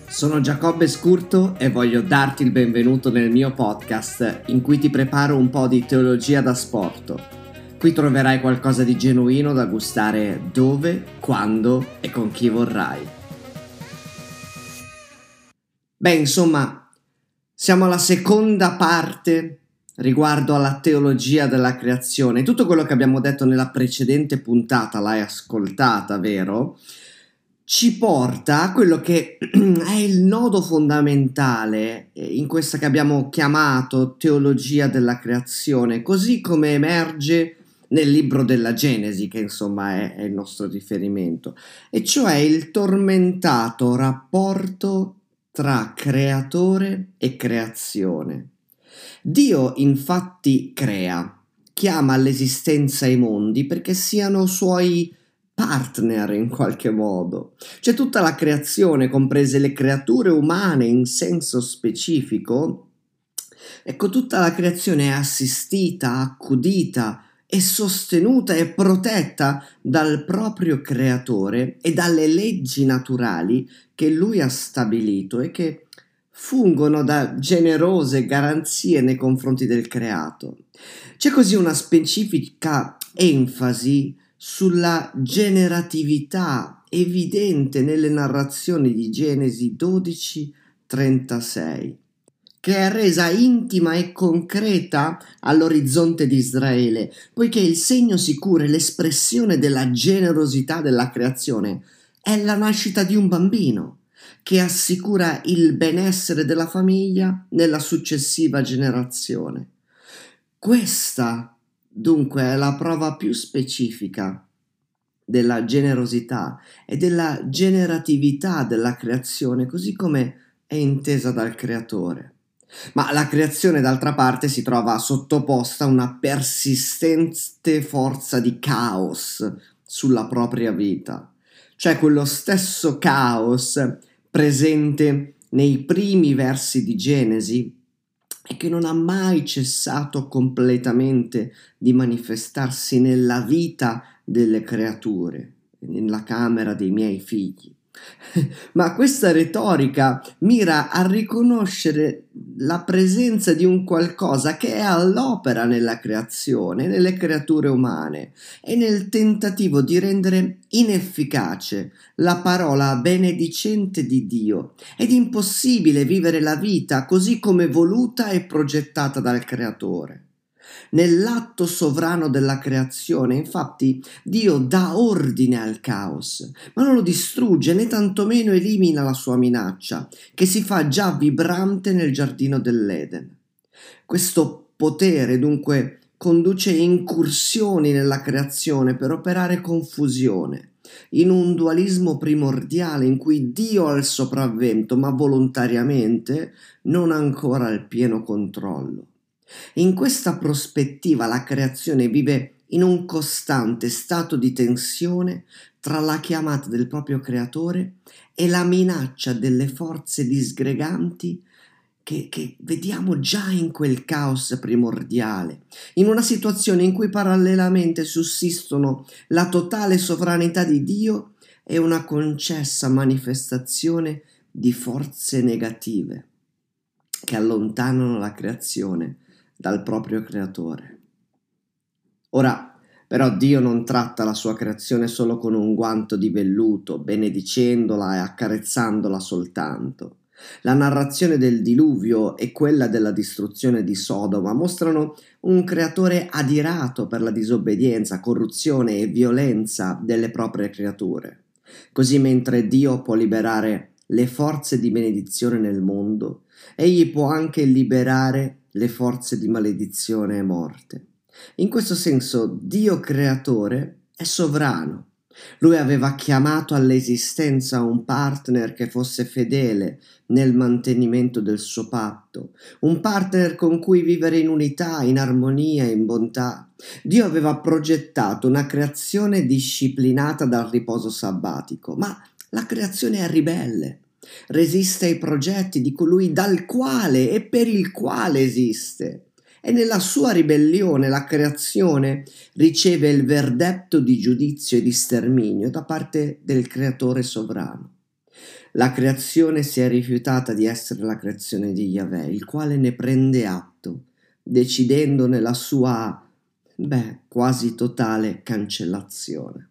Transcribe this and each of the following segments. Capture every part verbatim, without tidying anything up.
Sono Giacobbe Scurto e voglio darti il benvenuto nel mio podcast in cui ti preparo un po' di teologia da sport. Qui troverai qualcosa di genuino da gustare dove, quando e con chi vorrai. Beh, insomma, siamo alla seconda parte riguardo alla teologia della creazione. Tutto quello che abbiamo detto nella precedente puntata, l'hai ascoltata, vero? Ci porta a quello che è il nodo fondamentale in questa che abbiamo chiamato teologia della creazione, così come emerge nel libro della Genesi, che insomma è, è il nostro riferimento, e cioè il tormentato rapporto tra creatore e creazione. Dio infatti crea, chiama all'esistenza i mondi perché siano suoi partner in qualche modo. C'è tutta la creazione, comprese le creature umane in senso specifico. Ecco, tutta la creazione è assistita, accudita e sostenuta e protetta dal proprio creatore e dalle leggi naturali che lui ha stabilito e che fungono da generose garanzie nei confronti del creato. C'è così una specifica enfasi sulla generatività evidente nelle narrazioni di Genesi dodici trentasei, che è resa intima e concreta all'orizzonte di Israele, poiché il segno sicuro e l'espressione della generosità della creazione è la nascita di un bambino, che assicura il benessere della famiglia nella successiva generazione. Questa dunque è la prova più specifica della generosità e della generatività della creazione, così come è intesa dal creatore. Ma la creazione, d'altra parte, si trova sottoposta a una persistente forza di caos sulla propria vita, cioè quello stesso caos presente nei primi versi di Genesi e che non ha mai cessato completamente di manifestarsi nella vita delle creature, nella camera dei miei figli. Ma questa retorica mira a riconoscere la presenza di un qualcosa che è all'opera nella creazione, nelle creature umane, e nel tentativo di rendere inefficace la parola benedicente di Dio ed impossibile vivere la vita così come voluta e progettata dal Creatore. Nell'atto sovrano della creazione, infatti, Dio dà ordine al caos, ma non lo distrugge né tantomeno elimina la sua minaccia, che si fa già vibrante nel giardino dell'Eden. Questo potere, dunque, conduce incursioni nella creazione per operare confusione, in un dualismo primordiale in cui Dio ha il sopravvento, ma volontariamente non ancora il pieno controllo. In questa prospettiva la creazione vive in un costante stato di tensione tra la chiamata del proprio creatore e la minaccia delle forze disgreganti che, che vediamo già in quel caos primordiale, in una situazione in cui parallelamente sussistono la totale sovranità di Dio e una concessa manifestazione di forze negative che allontanano la creazione dal proprio creatore. Ora, però, Dio non tratta la sua creazione solo con un guanto di velluto, benedicendola e accarezzandola soltanto. La narrazione del diluvio e quella della distruzione di Sodoma mostrano un creatore adirato per la disobbedienza, corruzione e violenza delle proprie creature. Così, mentre Dio può liberare le forze di benedizione nel mondo, egli può anche liberare le forze di maledizione e morte. In questo senso Dio creatore è sovrano. Lui aveva chiamato all'esistenza un partner che fosse fedele nel mantenimento del suo patto, un partner con cui vivere in unità, in armonia, in bontà. Dio aveva progettato una creazione disciplinata dal riposo sabbatico, ma la creazione è ribelle. Resiste ai progetti di colui dal quale e per il quale esiste. E nella sua ribellione la creazione riceve il verdetto di giudizio e di sterminio da parte del Creatore sovrano. La creazione si è rifiutata di essere la creazione di Yahweh, il quale ne prende atto, decidendo nella sua, beh, quasi totale cancellazione.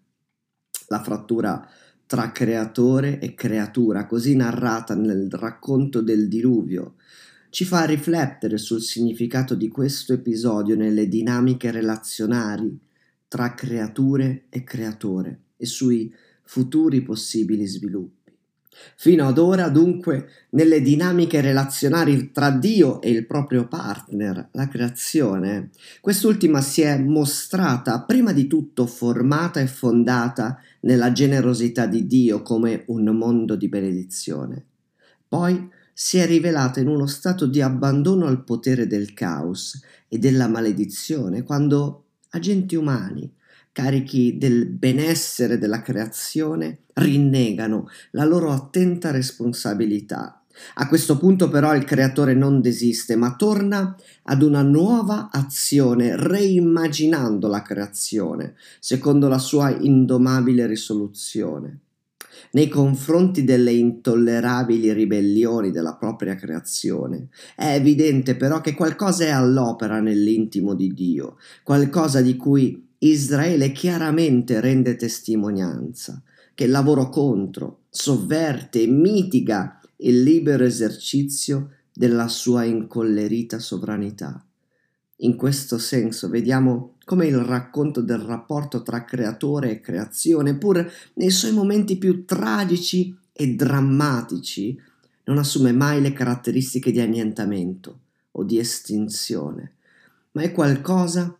La frattura tra creatore e creatura, così narrata nel racconto del diluvio, ci fa riflettere sul significato di questo episodio nelle dinamiche relazionali tra creature e creatore e sui futuri possibili sviluppi. Fino ad ora, dunque, nelle dinamiche relazionali tra Dio e il proprio partner, la creazione, quest'ultima si è mostrata prima di tutto formata e fondata nella generosità di Dio come un mondo di benedizione. Poi si è rivelata in uno stato di abbandono al potere del caos e della maledizione, quando agenti umani, carichi del benessere della creazione, rinnegano la loro attenta responsabilità. A questo punto però il creatore non desiste, ma torna ad una nuova azione, reimmaginando la creazione, secondo la sua indomabile risoluzione. Nei confronti delle intollerabili ribellioni della propria creazione, è evidente però che qualcosa è all'opera nell'intimo di Dio, qualcosa di cui Israele chiaramente rende testimonianza, che il lavoro contro, sovverte e mitiga il libero esercizio della sua incollerita sovranità. In questo senso vediamo come il racconto del rapporto tra creatore e creazione, pur nei suoi momenti più tragici e drammatici, non assume mai le caratteristiche di annientamento o di estinzione, ma è qualcosa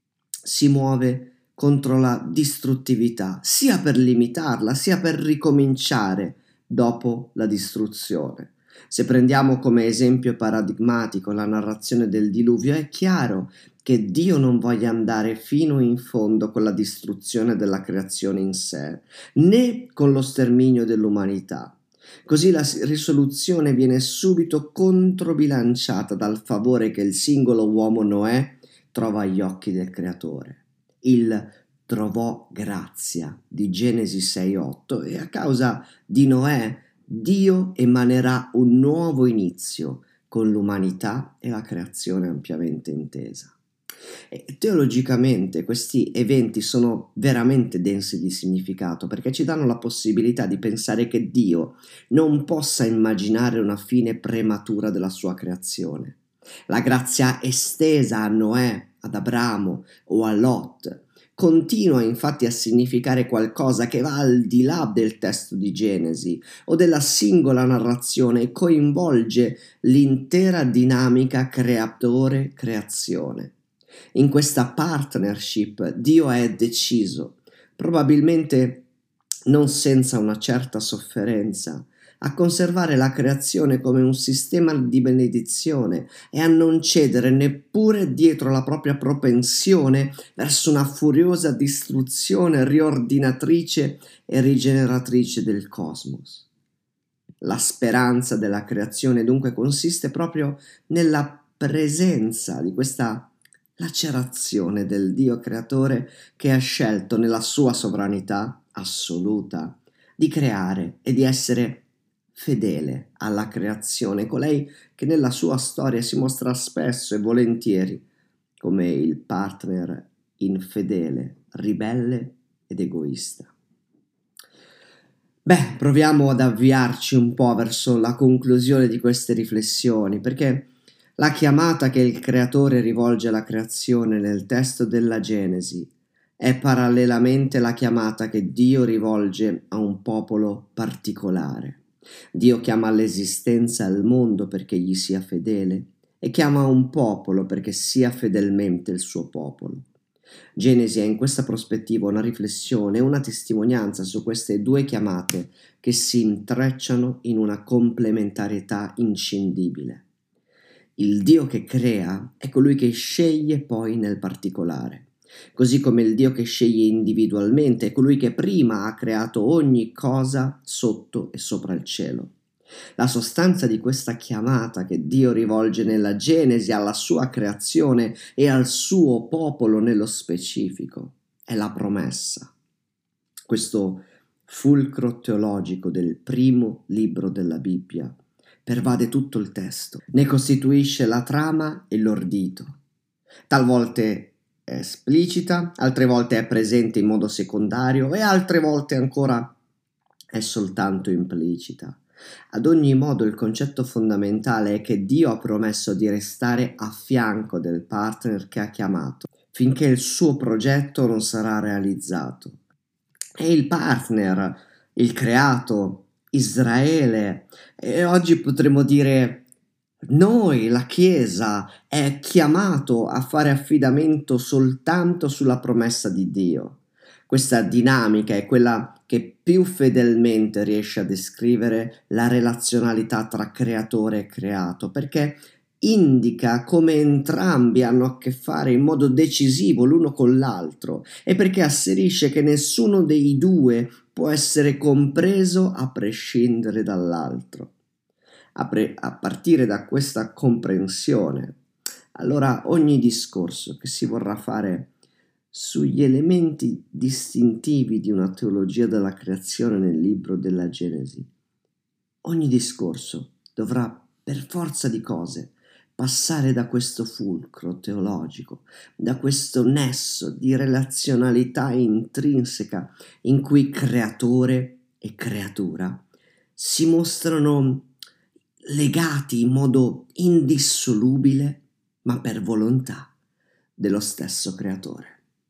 si muove contro la distruttività, sia per limitarla, sia per ricominciare dopo la distruzione. Se prendiamo come esempio paradigmatico la narrazione del diluvio, è chiaro che Dio non voglia andare fino in fondo con la distruzione della creazione in sé, né con lo sterminio dell'umanità. Così la risoluzione viene subito controbilanciata dal favore che il singolo uomo Noè trova agli occhi del Creatore. Il trovò grazia di Genesi sei otto e a causa di Noè Dio emanerà un nuovo inizio con l'umanità e la creazione ampiamente intesa. E teologicamente questi eventi sono veramente densi di significato perché ci danno la possibilità di pensare che Dio non possa immaginare una fine prematura della sua creazione. La grazia estesa a Noè, ad Abramo o a Lot continua infatti a significare qualcosa che va al di là del testo di Genesi o della singola narrazione e coinvolge l'intera dinamica creatore-creazione. In questa partnership Dio è deciso, probabilmente non senza una certa sofferenza, a conservare la creazione come un sistema di benedizione e a non cedere neppure dietro la propria propensione verso una furiosa distruzione riordinatrice e rigeneratrice del cosmos. La speranza della creazione dunque consiste proprio nella presenza di questa lacerazione del Dio creatore che ha scelto nella sua sovranità assoluta di creare e di essere fedele alla creazione, colei che nella sua storia si mostra spesso e volentieri come il partner infedele, ribelle ed egoista. Beh, proviamo ad avviarci un po' verso la conclusione di queste riflessioni, perché la chiamata che il creatore rivolge alla creazione nel testo della Genesi è parallelamente la chiamata che Dio rivolge a un popolo particolare. Dio chiama all'esistenza il mondo perché gli sia fedele e chiama un popolo perché sia fedelmente il suo popolo. Genesi è in questa prospettiva una riflessione e una testimonianza su queste due chiamate che si intrecciano in una complementarietà inscindibile. Il Dio che crea è colui che sceglie poi nel particolare. Così come il Dio che sceglie individualmente è colui che prima ha creato ogni cosa sotto e sopra il cielo. La sostanza di questa chiamata che Dio rivolge nella Genesi alla sua creazione e al suo popolo nello specifico è la promessa. Questo fulcro teologico del primo libro della Bibbia, pervade tutto il testo, ne costituisce la trama e l'ordito. Talvolta è esplicita, altre volte è presente in modo secondario e altre volte ancora è soltanto implicita. Ad ogni modo il concetto fondamentale è che Dio ha promesso di restare a fianco del partner che ha chiamato, finché il suo progetto non sarà realizzato. E il partner, il creato, Israele, e oggi potremmo dire noi, la Chiesa, è chiamato a fare affidamento soltanto sulla promessa di Dio. Questa dinamica è quella che più fedelmente riesce a descrivere la relazionalità tra creatore e creato, perché indica come entrambi hanno a che fare in modo decisivo l'uno con l'altro e perché asserisce che nessuno dei due può essere compreso a prescindere dall'altro. A, pre- a partire da questa comprensione, allora ogni discorso che si vorrà fare sugli elementi distintivi di una teologia della creazione nel libro della Genesi, ogni discorso dovrà per forza di cose passare da questo fulcro teologico, da questo nesso di relazionalità intrinseca in cui creatore e creatura si mostrano legati in modo indissolubile, ma per volontà dello stesso creatore.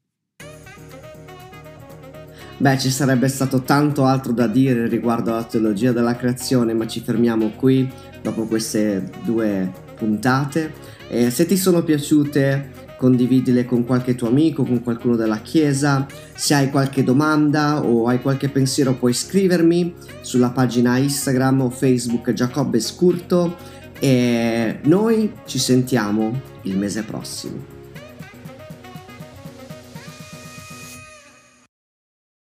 Beh, ci sarebbe stato tanto altro da dire riguardo alla teologia della creazione, ma ci fermiamo qui dopo queste due puntate. E se ti sono piaciute, condividile con qualche tuo amico, con qualcuno della Chiesa. Se hai qualche domanda o hai qualche pensiero puoi scrivermi sulla pagina Instagram o Facebook Giacobbe Scurto e noi ci sentiamo il mese prossimo.